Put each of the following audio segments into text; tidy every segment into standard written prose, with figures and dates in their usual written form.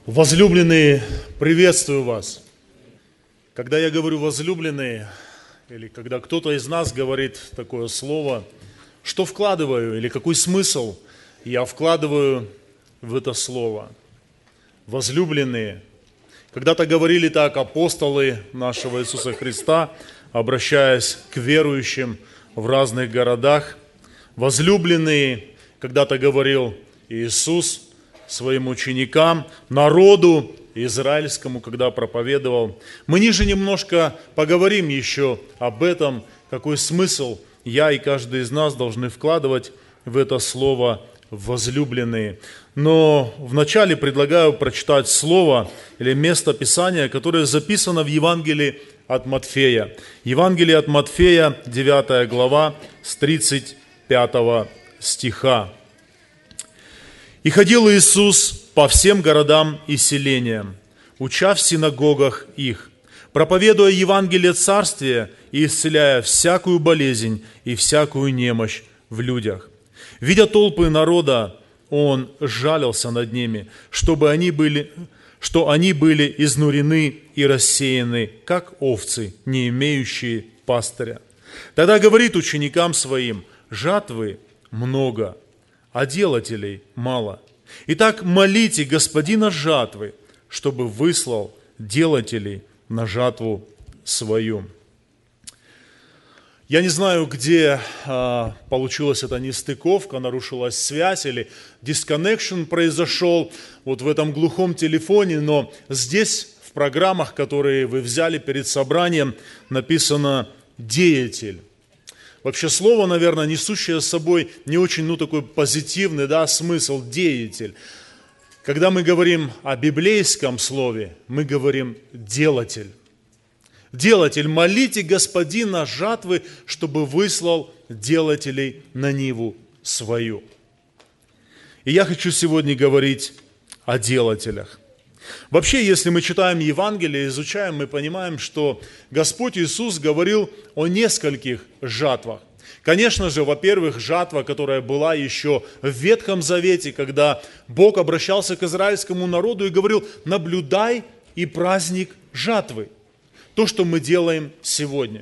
Возлюбленные, приветствую вас. Когда я говорю возлюбленные, или когда кто-то из нас говорит такое слово, что вкладываю или какой смысл я вкладываю в это слово? Возлюбленные. Когда-то говорили так апостолы нашего Иисуса Христа, обращаясь к верующим в разных городах. Возлюбленные, когда-то говорил Иисус своим ученикам, народу израильскому, когда проповедовал. Мы ниже немножко поговорим еще об этом, какой смысл я и каждый из нас должны вкладывать в это слово «возлюбленные». Но вначале предлагаю прочитать слово или место Писания, которое записано в Евангелии от Матфея. Евангелие от Матфея, 9 глава, с 35 стиха. «И ходил Иисус по всем городам и селениям, уча в синагогах их, проповедуя Евангелие Царствия и исцеляя всякую болезнь и всякую немощь в людях. Видя толпы народа, Он жалился над ними, что они были изнурены и рассеяны, как овцы, не имеющие пастыря. Тогда говорит ученикам Своим: жатвы много, а делателей мало. Итак, молите Господина жатвы, чтобы выслал делателей на жатву свою». Я не знаю, где получилась эта нестыковка, нарушилась связь или disconnection произошел вот в этом глухом телефоне, но здесь в программах, которые вы взяли перед собранием, написано «деятель». Вообще слово, наверное, несущее с собой не очень, такой позитивный, смысл «деятель». Когда мы говорим о библейском слове, мы говорим «делатель». Делатель, молите Господина жатвы, чтобы выслал делателей на ниву свою. И я хочу сегодня говорить о делателях. Вообще, если мы читаем Евангелие, изучаем, мы понимаем, что Господь Иисус говорил о нескольких жатвах. Конечно же, во-первых, жатва, которая была еще в Ветхом Завете, когда Бог обращался к израильскому народу и говорил: наблюдай и праздник жатвы. То, что мы делаем сегодня.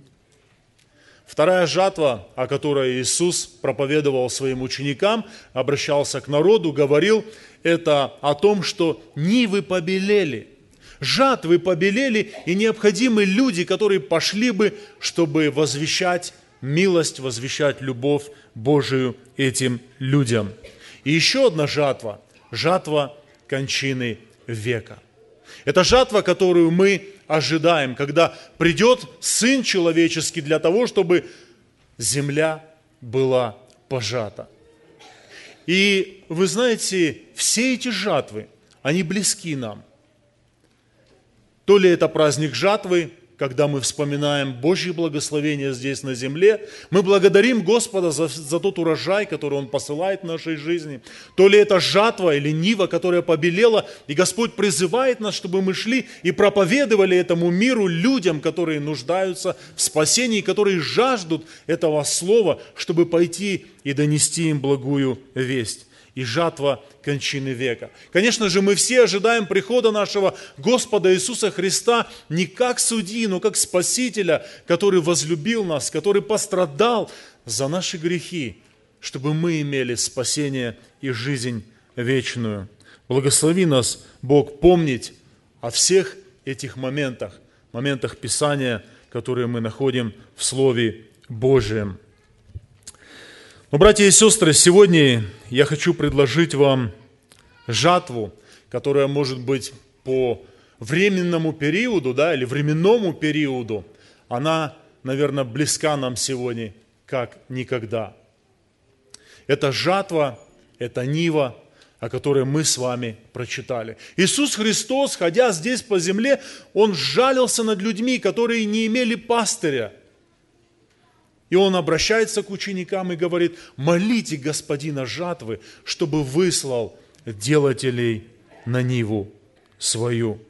Вторая жатва, о которой Иисус проповедовал своим ученикам, обращался к народу, говорил, это о том, что нивы побелели, жатвы побелели, и необходимы люди, которые пошли бы, чтобы возвещать милость, возвещать любовь Божию этим людям. И еще одна жатва, жатва кончины века. Это жатва, которую мы ожидаем, когда придет Сын Человеческий для того, чтобы земля была пожата. И вы знаете, все эти жатвы, они близки нам. То ли это праздник жатвы, когда мы вспоминаем Божье благословение здесь на земле, мы благодарим Господа за тот урожай, который Он посылает в нашей жизни. То ли это жатва или нива, которая побелела, и Господь призывает нас, чтобы мы шли и проповедовали этому миру людям, которые нуждаются в спасении, которые жаждут этого слова, чтобы пойти и донести им благую весть. И жатва кончины века. Конечно же, мы все ожидаем прихода нашего Господа Иисуса Христа не как судьи, но как Спасителя, который возлюбил нас, который пострадал за наши грехи, чтобы мы имели спасение и жизнь вечную. Благослови нас, Бог, помнить о всех этих моментах Писания, которые мы находим в Слове Божьем. Но, братья и сестры, сегодня я хочу предложить вам жатву, которая может быть по временному периоду, или временному периоду, она, наверное, близка нам сегодня как никогда. Это жатва, это нива, о которой мы с вами прочитали. Иисус Христос, ходя здесь по земле, Он жалился над людьми, которые не имели пастыря. И Он обращается к ученикам и говорит: молите Господина жатвы, чтобы выслал делателей на ниву свою.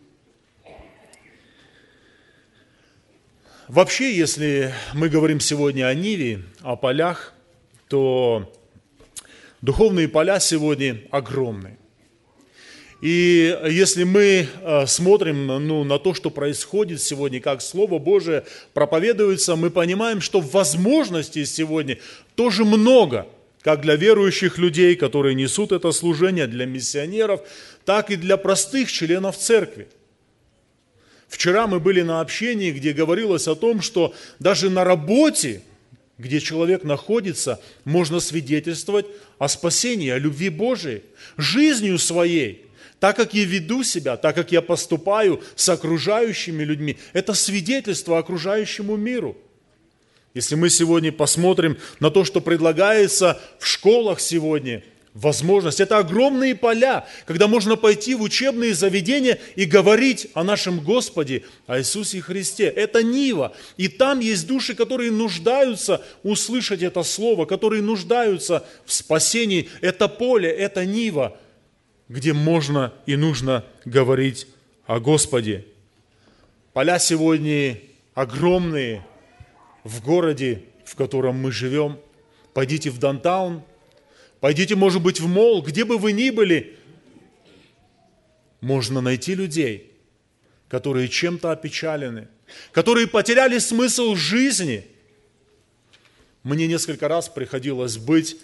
Вообще, если мы говорим сегодня о ниве, о полях, то духовные поля сегодня огромны. И если мы смотрим на то, что происходит сегодня, как Слово Божие проповедуется, мы понимаем, что возможностей сегодня тоже много, как для верующих людей, которые несут это служение, для миссионеров, так и для простых членов церкви. Вчера мы были на общении, где говорилось о том, что даже на работе, где человек находится, можно свидетельствовать о спасении, о любви Божией, жизнью своей. Так как я веду себя, так как я поступаю с окружающими людьми, это свидетельство окружающему миру. Если мы сегодня посмотрим на то, что предлагается в школах сегодня, возможность, это огромные поля, когда можно пойти в учебные заведения и говорить о нашем Господе, о Иисусе Христе. Это нива. И там есть души, которые нуждаются услышать это слово, которые нуждаются в спасении. Это поле, это нива, где можно и нужно говорить о Господе. Поля сегодня огромные в городе, в котором мы живем. Пойдите в даунтаун, пойдите, может быть, в молл, где бы вы ни были, можно найти людей, которые чем-то опечалены, которые потеряли смысл жизни. Мне несколько раз приходилось быть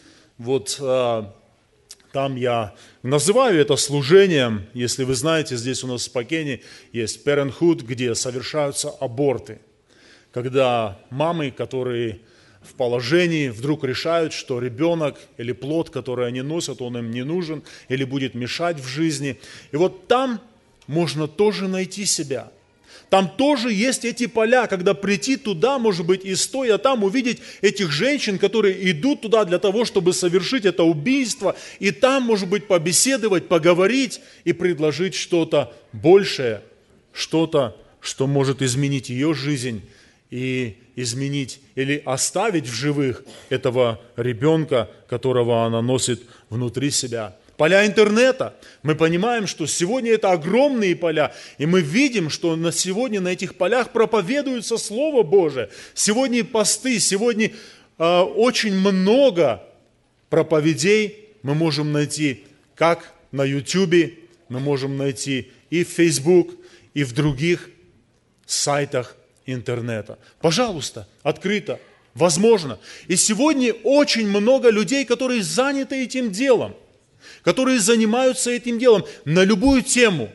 там я называю это служением, если вы знаете, здесь у нас в Спокене есть Parenthood, где совершаются аборты. Когда мамы, которые в положении, вдруг решают, что ребенок или плод, который они носят, он им не нужен или будет мешать в жизни. И вот там можно тоже найти себя. Там тоже есть эти поля, когда прийти туда, может быть, и стоя там, увидеть этих женщин, которые идут туда для того, чтобы совершить это убийство, и там, может быть, побеседовать, поговорить и предложить что-то большее, что-то, что может изменить ее жизнь и изменить или оставить в живых этого ребенка, которого она носит внутри себя. Поля интернета. Мы понимаем, что сегодня это огромные поля, и мы видим, что сегодня на этих полях проповедуется Слово Божие. Сегодня посты, сегодня очень много проповедей мы можем найти как на YouTube, мы можем найти и в Facebook, и в других сайтах интернета. Пожалуйста, открыто, возможно. И сегодня очень много людей, которые заняты этим делом, которые занимаются этим делом на любую тему,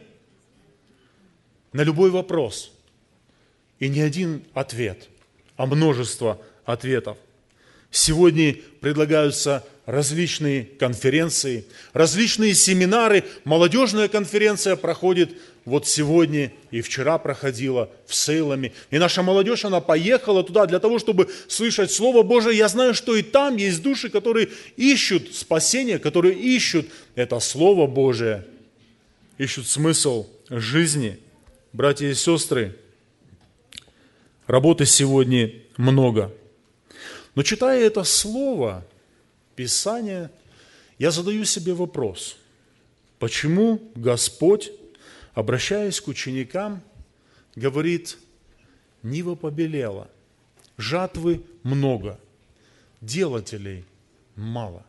на любой вопрос. И не один ответ, а множество ответов. Сегодня предлагаются различные конференции, различные семинары. Молодежная конференция проходит вот сегодня и вчера проходила в Сейламе. И наша молодежь, она поехала туда для того, чтобы слышать Слово Божие. Я знаю, что и там есть души, которые ищут спасение, которые ищут это Слово Божие, ищут смысл жизни. Братья и сестры, работы сегодня много. Но читая это Слово, Писание, я задаю себе вопрос, почему Господь, обращаясь к ученикам, говорит, нива побелела, жатвы много, делателей мало.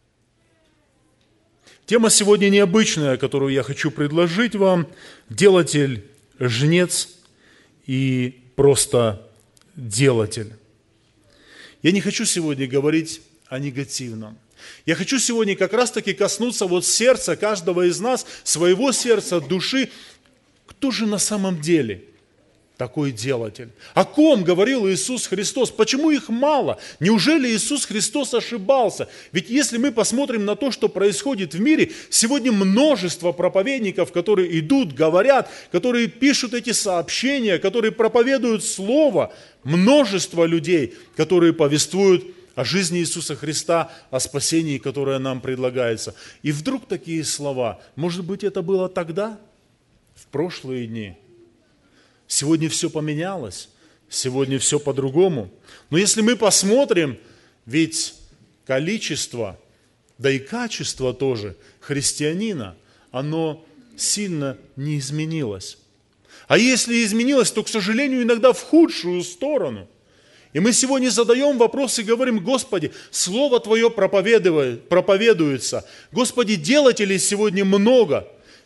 Тема сегодня необычная, которую я хочу предложить вам, делатель, жнец и просто делатель. Я не хочу сегодня говорить о негативном. Я хочу сегодня как раз-таки коснуться вот сердца каждого из нас, своего сердца, души. Кто же на самом деле такой делатель? О ком говорил Иисус Христос? Почему их мало? Неужели Иисус Христос ошибался? Ведь если мы посмотрим на то, что происходит в мире, сегодня множество проповедников, которые идут, говорят, которые пишут эти сообщения, которые проповедуют Слово, множество людей, которые повествуют о жизни Иисуса Христа, о спасении, которое нам предлагается. И вдруг такие слова, может быть, это было тогда, в прошлые дни. Сегодня все поменялось, сегодня все по-другому. Но если мы посмотрим, ведь количество, да и качество тоже христианина, оно сильно не изменилось. А если изменилось, то, к сожалению, иногда в худшую сторону. И мы сегодня задаем вопрос и говорим, Господи, Слово Твое проповедуется. Господи, делателей сегодня много.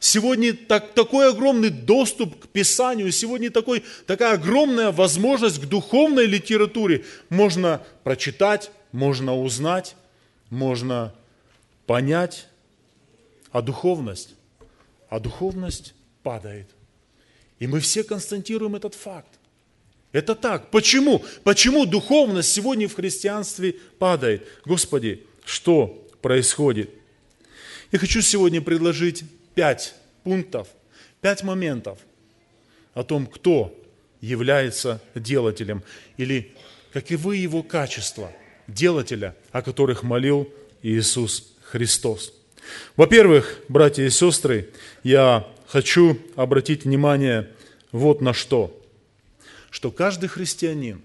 Сегодня такой огромный доступ к Писанию, сегодня такая огромная возможность к духовной литературе. Можно прочитать, можно узнать, можно понять, а духовность падает. И мы все констатируем этот факт. Это так. Почему? Почему духовность сегодня в христианстве падает? Господи, что происходит? Я хочу сегодня предложить 5 пунктов, 5 моментов о том, кто является делателем или каковы его качества делателя, о которых молил Иисус Христос. Во-первых, братья и сестры, я хочу обратить внимание вот на что каждый христианин,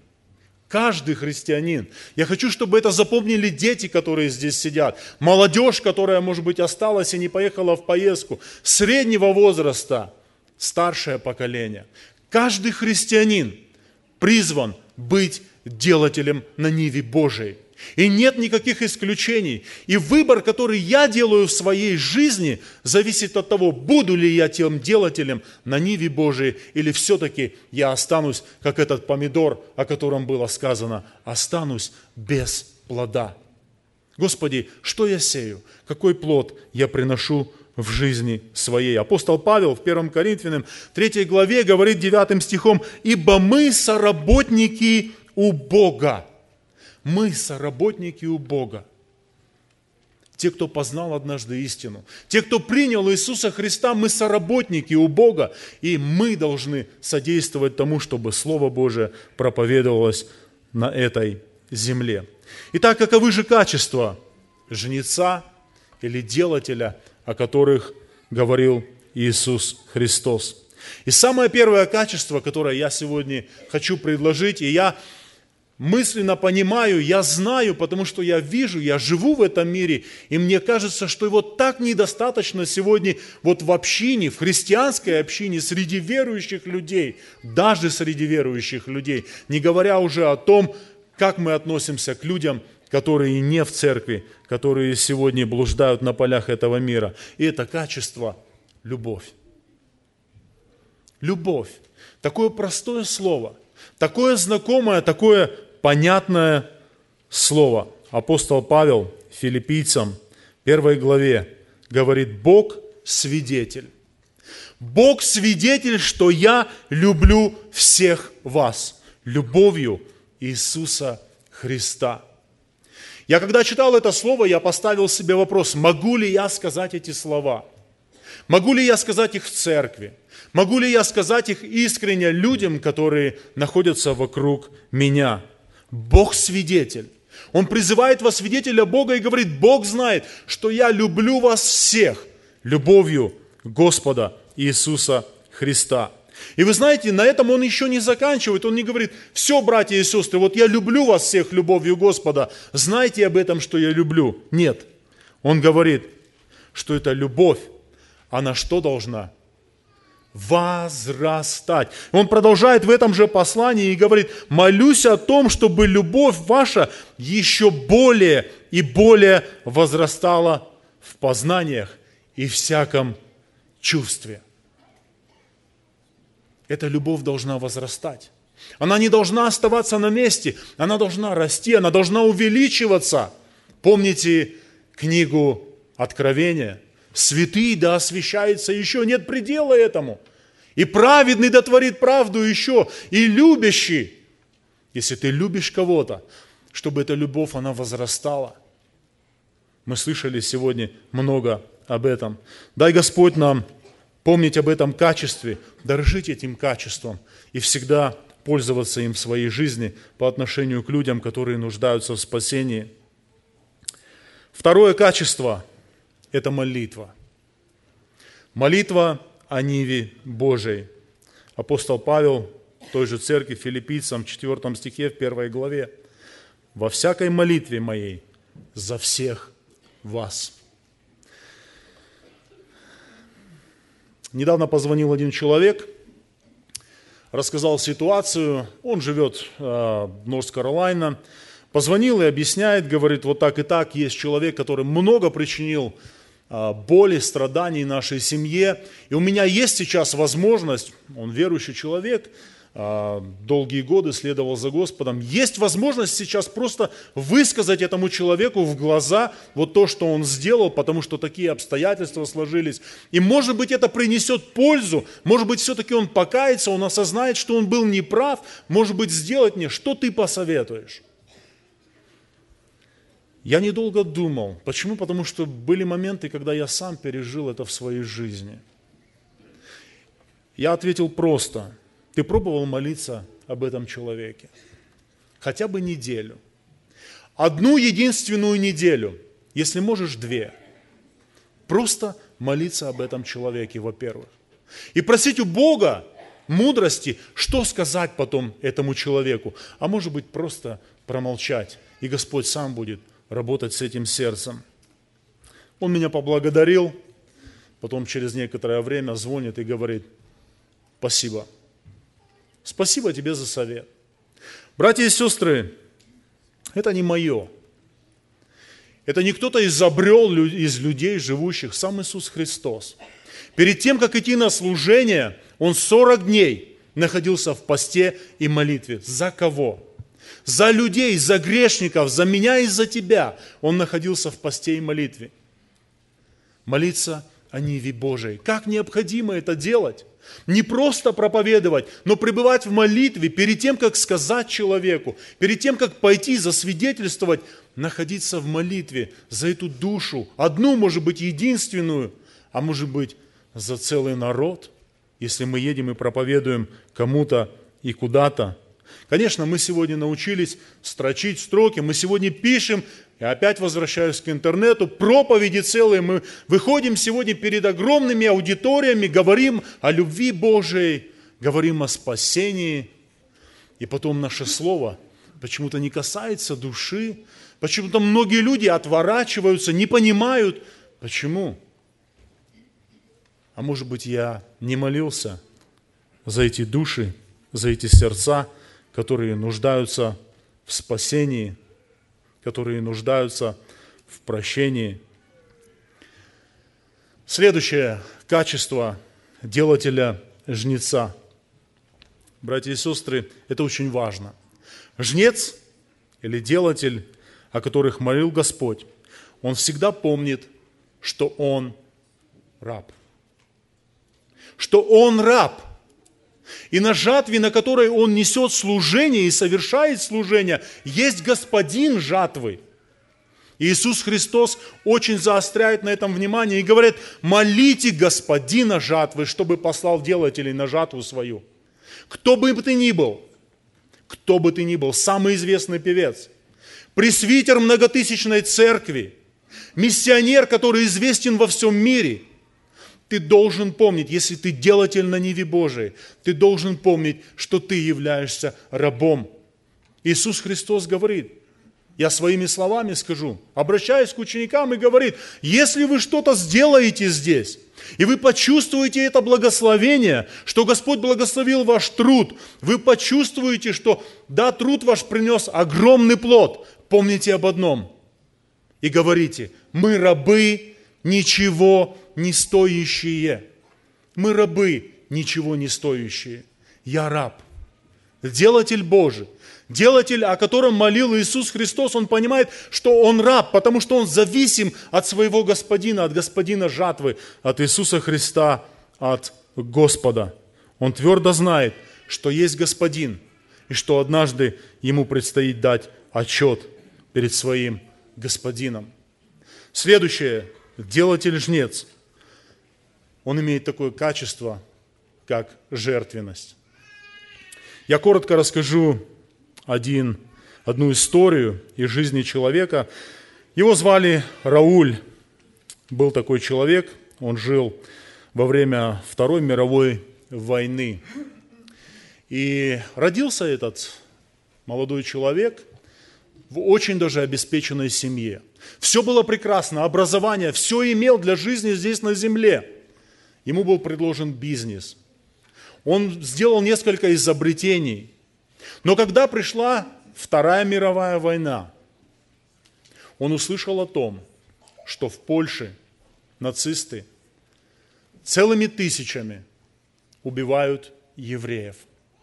я хочу, чтобы это запомнили дети, которые здесь сидят, молодежь, которая, может быть, осталась и не поехала в поездку, среднего возраста, старшее поколение. Каждый христианин призван быть делателем на ниве Божией. И нет никаких исключений. И выбор, который я делаю в своей жизни, зависит от того, буду ли я тем делателем на ниве Божией, или все-таки я останусь, как этот помидор, о котором было сказано, останусь без плода. Господи, что я сею? Какой плод я приношу в жизни своей? Апостол Павел в 1 Коринфянам 3 главе говорит 9 стихом: «Ибо мы соработники у Бога». Мы соработники у Бога. Те, кто познал однажды истину, те, кто принял Иисуса Христа, мы соработники у Бога, и мы должны содействовать тому, чтобы Слово Божие проповедовалось на этой земле. Итак, каковы же качества жнеца или делателя, о которых говорил Иисус Христос? И самое первое качество, которое я сегодня хочу предложить, и я мысленно понимаю, я знаю, потому что я вижу, я живу в этом мире, и мне кажется, что его так недостаточно сегодня вот в общине, в христианской общине, среди верующих людей, даже среди верующих людей, не говоря уже о том, как мы относимся к людям, которые не в церкви, которые сегодня блуждают на полях этого мира. И это качество – любовь. Любовь. Такое простое слово, такое знакомое, такое понятное слово. Апостол Павел Филиппийцам 1 главе говорит: Бог свидетель. Бог свидетель, что я люблю всех вас любовью Иисуса Христа. Я когда читал это слово, я поставил себе вопрос: могу ли я сказать эти слова? Могу ли я сказать их в церкви? Могу ли я сказать их искренне людям, которые находятся вокруг меня? Бог свидетель. Он призывает во свидетеля Бога и говорит: Бог знает, что я люблю вас всех любовью Господа Иисуса Христа. И вы знаете, на этом он еще не заканчивает. Он не говорит: все, братья и сестры, вот я люблю вас всех любовью Господа, знайте об этом, что я люблю. Нет. Он говорит, что эта любовь, она что должна? Возрастать. Он продолжает в этом же послании и говорит: молюсь о том, чтобы любовь ваша еще более и более возрастала в познаниях и всяком чувстве. Эта любовь должна возрастать. Она не должна оставаться на месте, она должна расти, она должна увеличиваться. Помните книгу Откровения? Святый да освящается еще, нет предела этому. И праведный да творит правду еще, и любящий. Если ты любишь кого-то, чтобы эта любовь, она возрастала. Мы слышали сегодня много об этом. Дай Господь нам помнить об этом качестве, дорожить этим качеством и всегда пользоваться им в своей жизни по отношению к людям, которые нуждаются в спасении. Второе качество – это молитва. Молитва о ниве Божией. Апостол Павел в той же церкви Филиппийцам в 4 стихе в 1 главе: «Во всякой молитве моей за всех вас». Недавно позвонил один человек, рассказал ситуацию. Он живет в Норт-Каролайна. Позвонил и объясняет, говорит: вот так и так, есть человек, который много причинил боли, страданий нашей семье. И у меня есть сейчас возможность, он верующий человек, долгие годы следовал за Господом, есть возможность сейчас просто высказать этому человеку в глаза вот то, что он сделал, потому что такие обстоятельства сложились. И может быть это принесет пользу, может быть все-таки он покается, он осознает, что он был неправ, может быть сделать мне, что ты посоветуешь? Я недолго думал. Почему? Потому что были моменты, когда я сам пережил это в своей жизни. Я ответил просто. Ты пробовал молиться об этом человеке? Хотя бы неделю. Одну единственную неделю, если можешь 2. Просто молиться об этом человеке, во-первых. И просить у Бога мудрости, что сказать потом этому человеку. А может быть просто промолчать. И Господь сам будет работать с этим сердцем. Он меня поблагодарил, потом через некоторое время звонит и говорит: спасибо. Спасибо тебе за совет. Братья и сестры, это не мое. Это не кто-то изобрел из людей живущих, сам Иисус Христос. Перед тем, как идти на служение, Он 40 дней находился в посте и молитве. За кого? За людей, за грешников, за меня и за тебя. Он находился в посте и молитве. Молиться о Ниве Божией. Как необходимо это делать? Не просто проповедовать, но пребывать в молитве перед тем, как сказать человеку, перед тем, как пойти засвидетельствовать, находиться в молитве за эту душу, одну, может быть, единственную, а может быть, за целый народ, если мы едем и проповедуем кому-то и куда-то. Конечно, мы сегодня научились строчить строки, мы сегодня пишем, и опять возвращаюсь к интернету, проповеди целые, мы выходим сегодня перед огромными аудиториями, говорим о любви Божией, говорим о спасении, и потом наше слово почему-то не касается души, почему-то многие люди отворачиваются, не понимают, почему. А может быть, я не молился за эти души, за эти сердца, которые нуждаются в спасении, которые нуждаются в прощении. Следующее качество делателя-жнеца. Братья и сестры, это очень важно. Жнец или делатель, о которых молил Господь, он всегда помнит, что он раб. Что он раб. И на жатве, на которой он несет служение и совершает служение, есть господин жатвы. И Иисус Христос очень заостряет на этом внимание и говорит: молите господина жатвы, чтобы послал делателей на жатву свою. Кто бы ты ни был, самый известный певец, пресвитер многотысячной церкви, миссионер, который известен во всем мире, ты должен помнить, если ты делатель на Ниве Божией, ты должен помнить, что ты являешься рабом. Иисус Христос говорит, я своими словами скажу, обращаясь к ученикам и говорит: если вы что-то сделаете здесь, и вы почувствуете это благословение, что Господь благословил ваш труд, вы почувствуете, что да, труд ваш принес огромный плод, помните об одном и говорите: мы рабы, ничего не стоящие. Мы рабы, ничего не стоящие. Я раб. Делатель Божий. Делатель, о котором молил Иисус Христос, он понимает, что он раб, потому что он зависим от своего господина, от господина жатвы, от Иисуса Христа, от Господа. Он твердо знает, что есть господин, и что однажды ему предстоит дать отчет перед своим господином. Следующее. Делатель-жнец. Он имеет такое качество, как жертвенность. Я коротко расскажу одну историю из жизни человека. Его звали Рауль. Был такой человек, он жил во время Второй мировой войны. И родился этот молодой человек в очень даже обеспеченной семье. Все было прекрасно, образование, все имел для жизни здесь на земле. Ему был предложен бизнес. Он сделал несколько изобретений. Но когда пришла Вторая мировая война, он услышал о том, что в Польше нацисты целыми тысячами убивают евреев.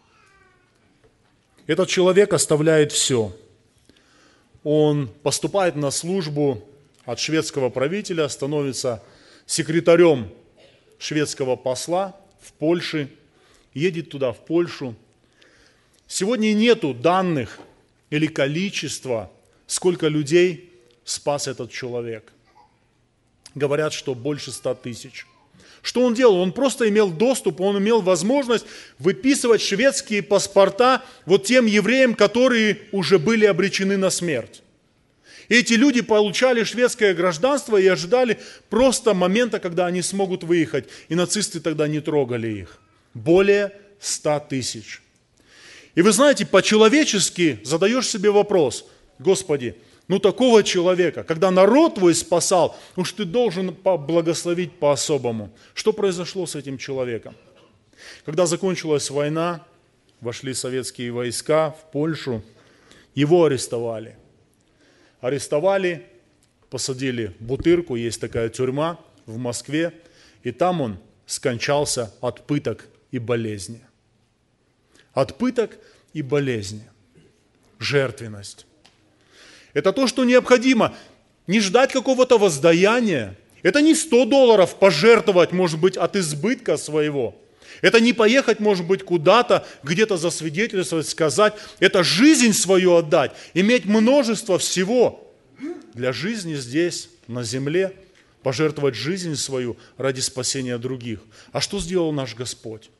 Этот человек оставляет все. Он поступает на службу от шведского правителя, становится секретарем шведского посла в Польше, едет туда, в Польшу. Сегодня нету данных или количества, сколько людей спас этот человек. Говорят, что больше 100 тысяч. Что он делал? Он просто имел доступ, он имел возможность выписывать шведские паспорта вот тем евреям, которые уже были обречены на смерть. И эти люди получали шведское гражданство и ожидали просто момента, когда они смогут выехать. И нацисты тогда не трогали их. Более 100 тысяч. И вы знаете, по-человечески задаешь себе вопрос: Господи, такого человека, когда народ твой спасал, уж ты должен благословить по-особому. Что произошло с этим человеком? Когда закончилась война, вошли советские войска в Польшу, его арестовали. Арестовали, посадили в Бутырку, есть такая тюрьма в Москве, и там он скончался от пыток и болезни. От пыток и болезни. Жертвенность. Это то, что необходимо. Не ждать какого-то воздаяния. Это не $100 пожертвовать, может быть, от избытка своего. Это не поехать, может быть, куда-то, где-то засвидетельствовать, сказать. Это жизнь свою отдать, иметь множество всего для жизни здесь, на земле, пожертвовать жизнь свою ради спасения других. А что сделал наш Господь?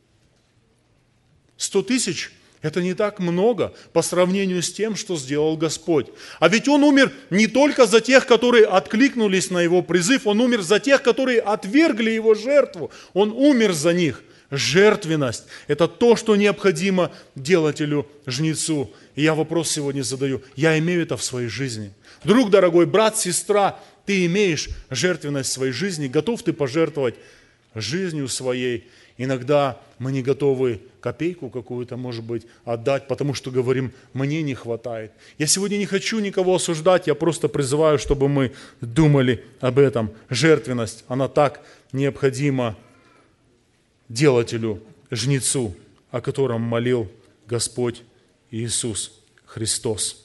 100 тысяч – это не так много по сравнению с тем, что сделал Господь. А ведь Он умер не только за тех, которые откликнулись на Его призыв, Он умер за тех, которые отвергли Его жертву. Он умер за них. Жертвенность – это то, что необходимо делателю, жнецу. И я вопрос сегодня задаю. Я имею это в своей жизни. Друг дорогой, брат, сестра, ты имеешь жертвенность в своей жизни? Готов ты пожертвовать жизнью своей? Иногда мы не готовы копейку какую-то, может быть, отдать, потому что говорим, мне не хватает. Я сегодня не хочу никого осуждать, я просто призываю, чтобы мы думали об этом. Жертвенность, она так необходима делателю, жнецу, о котором молил Господь Иисус Христос.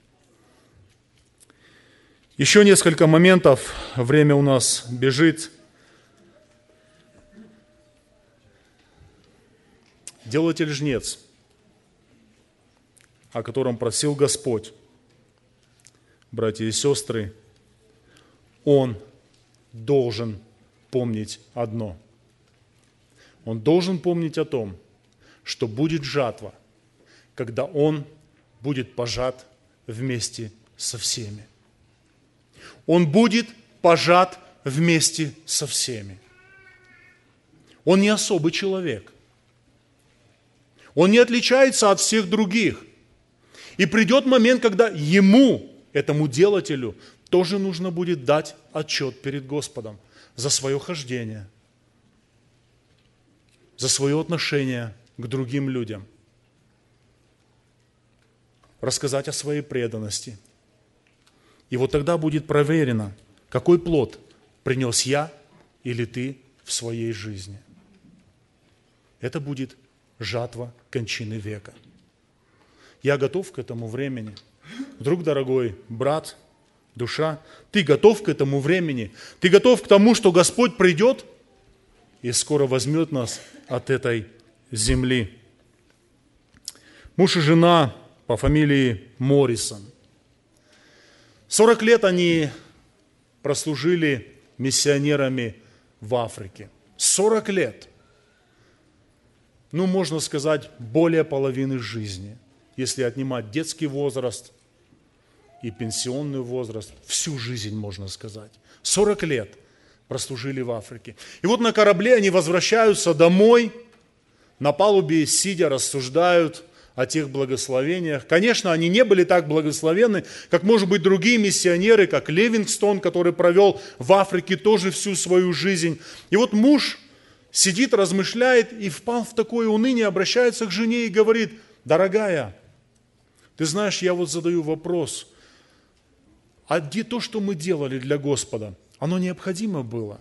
Еще несколько моментов, время у нас бежит. Делатель-жнец, о котором просил Господь, братья и сестры, он должен помнить одно. Он должен помнить о том, что будет жатва, когда он будет пожат вместе со всеми. Он будет пожат вместе со всеми. Он не особый человек. Он не отличается от всех других. И придет момент, когда ему, этому делателю, тоже нужно будет дать отчет перед Господом за свое хождение, за свое отношение к другим людям, рассказать о своей преданности. И вот тогда будет проверено, какой плод принес я или ты в своей жизни. Это будет жатва кончины века. Я готов к этому времени. Друг дорогой, брат, душа, ты готов к этому времени? Ты готов к тому, что Господь придет и скоро возьмет нас от этой земли? Муж и жена по фамилии Моррисон. 40 лет они прослужили миссионерами в Африке. 40 лет. Можно сказать, более половины жизни, если отнимать детский возраст и пенсионный возраст, всю жизнь, можно сказать. 40 лет прослужили в Африке. И вот на корабле они возвращаются домой, на палубе, сидя, рассуждают о тех благословениях. Конечно, они не были так благословенны, как, может быть, другие миссионеры, как Ливингстон, который провел в Африке тоже всю свою жизнь. И вот муж сидит, размышляет и впал в такое уныние, обращается к жене и говорит: дорогая, ты знаешь, я вот задаю вопрос, а где то, что мы делали для Господа? Оно необходимо было.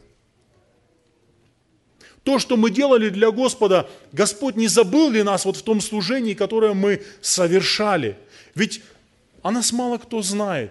То, что мы делали для Господа, Господь не забыл ли нас вот в том служении, которое мы совершали? Ведь о нас мало кто знает.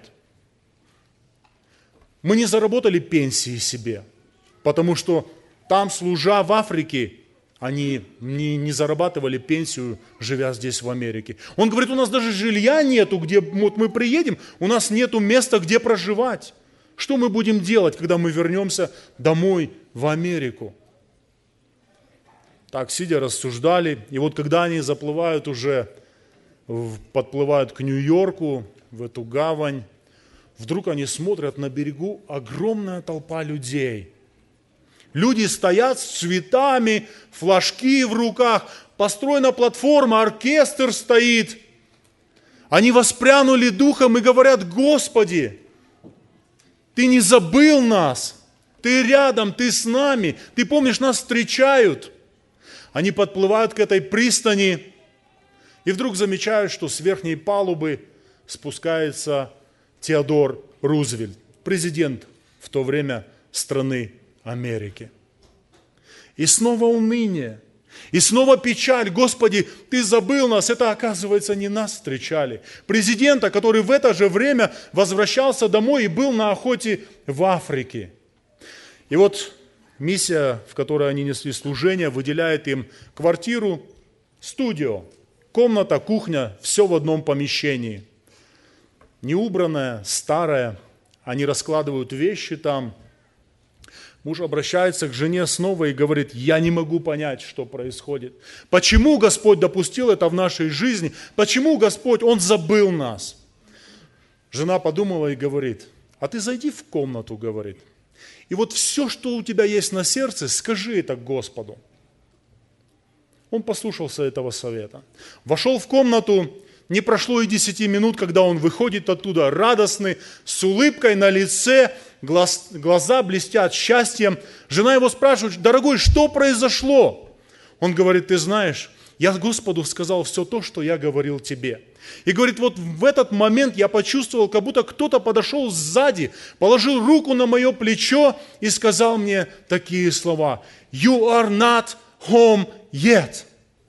Мы не заработали пенсии себе, потому что там, служа в Африке, они не зарабатывали пенсию, живя здесь в Америке. Он говорит, у нас даже жилья нету, где вот мы приедем, у нас нету места, где проживать. Что мы будем делать, когда мы вернемся домой в Америку? Так, сидя, рассуждали. И вот когда они заплывают уже, подплывают к Нью-Йорку, в эту гавань, вдруг они смотрят на берегу огромная толпа людей. Люди стоят с цветами, флажки в руках, построена платформа, оркестр стоит. Они воспрянули духом и говорят, Господи, Ты не забыл нас, Ты рядом, Ты с нами, Ты помнишь, нас встречают. Они подплывают к этой пристани и вдруг замечают, что с верхней палубы спускается Теодор Рузвельт, президент в то время страны Америки. И снова уныние, и снова печаль. Господи, Ты забыл нас. Это, оказывается, не нас встречали. Президента, который в это же время возвращался домой и был на охоте в Африке. И вот миссия, в которой они несли служение, выделяет им квартиру, студио, комната, кухня, все в одном помещении. Неубранная, старая, они раскладывают вещи там. Муж обращается к жене снова и говорит, я не могу понять, что происходит. Почему Господь допустил это в нашей жизни? Почему Господь, Он забыл нас? Жена подумала и говорит, а ты зайди в комнату, говорит. И вот все, что у тебя есть на сердце, скажи это Господу. Он послушался этого совета. Вошел в комнату, не прошло и 10 минут, когда он выходит оттуда радостный, с улыбкой на лице, глаза блестят счастьем. Жена его спрашивает, дорогой, что произошло? Он говорит, ты знаешь, я Господу сказал все то, что я говорил тебе. И говорит, вот в этот момент я почувствовал, как будто кто-то подошел сзади, положил руку на мое плечо и сказал мне такие слова. You are not home yet.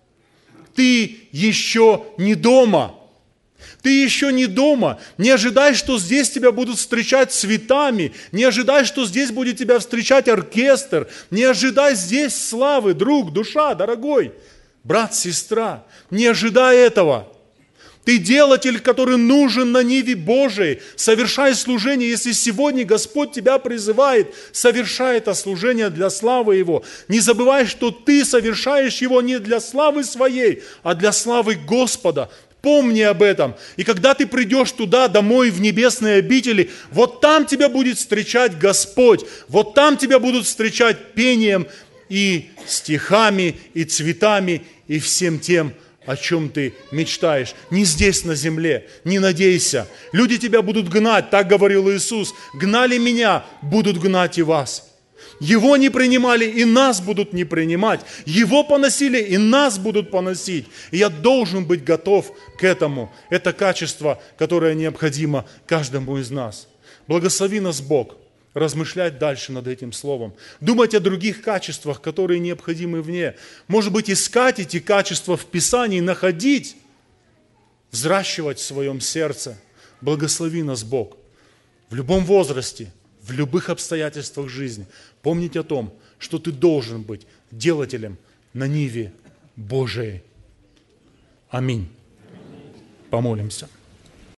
Ты еще не дома. Ты еще не дома. Не ожидай, что здесь тебя будут встречать цветами. Не ожидай, что здесь будет тебя встречать оркестр. Не ожидай здесь славы, друг, душа, дорогой, брат, сестра. Не ожидай этого. Ты делатель, который нужен на ниве Божией. Совершай служение. Если сегодня Господь тебя призывает, совершай это служение для славы Его. Не забывай, что ты совершаешь его не для славы своей, а для славы Господа. Помни об этом. И когда ты придешь туда, домой, в небесные обители, вот там тебя будет встречать Господь. Вот там тебя будут встречать пением и стихами, и цветами, и всем тем, о чем ты мечтаешь. Не здесь на земле, не надейся. Люди тебя будут гнать, так говорил Иисус. Гнали меня, будут гнать и вас. Его не принимали, и нас будут не принимать. Его поносили, и нас будут поносить. И я должен быть готов к этому. Это качество, которое необходимо каждому из нас. Благослови нас Бог размышлять дальше над этим словом. Думать о других качествах, которые необходимы вне. Может быть, искать эти качества в Писании, находить, взращивать в своем сердце. Благослови нас Бог в любом возрасте, в любых обстоятельствах жизни. Помнить о том, что ты должен быть делателем на ниве Божией. Аминь. Помолимся.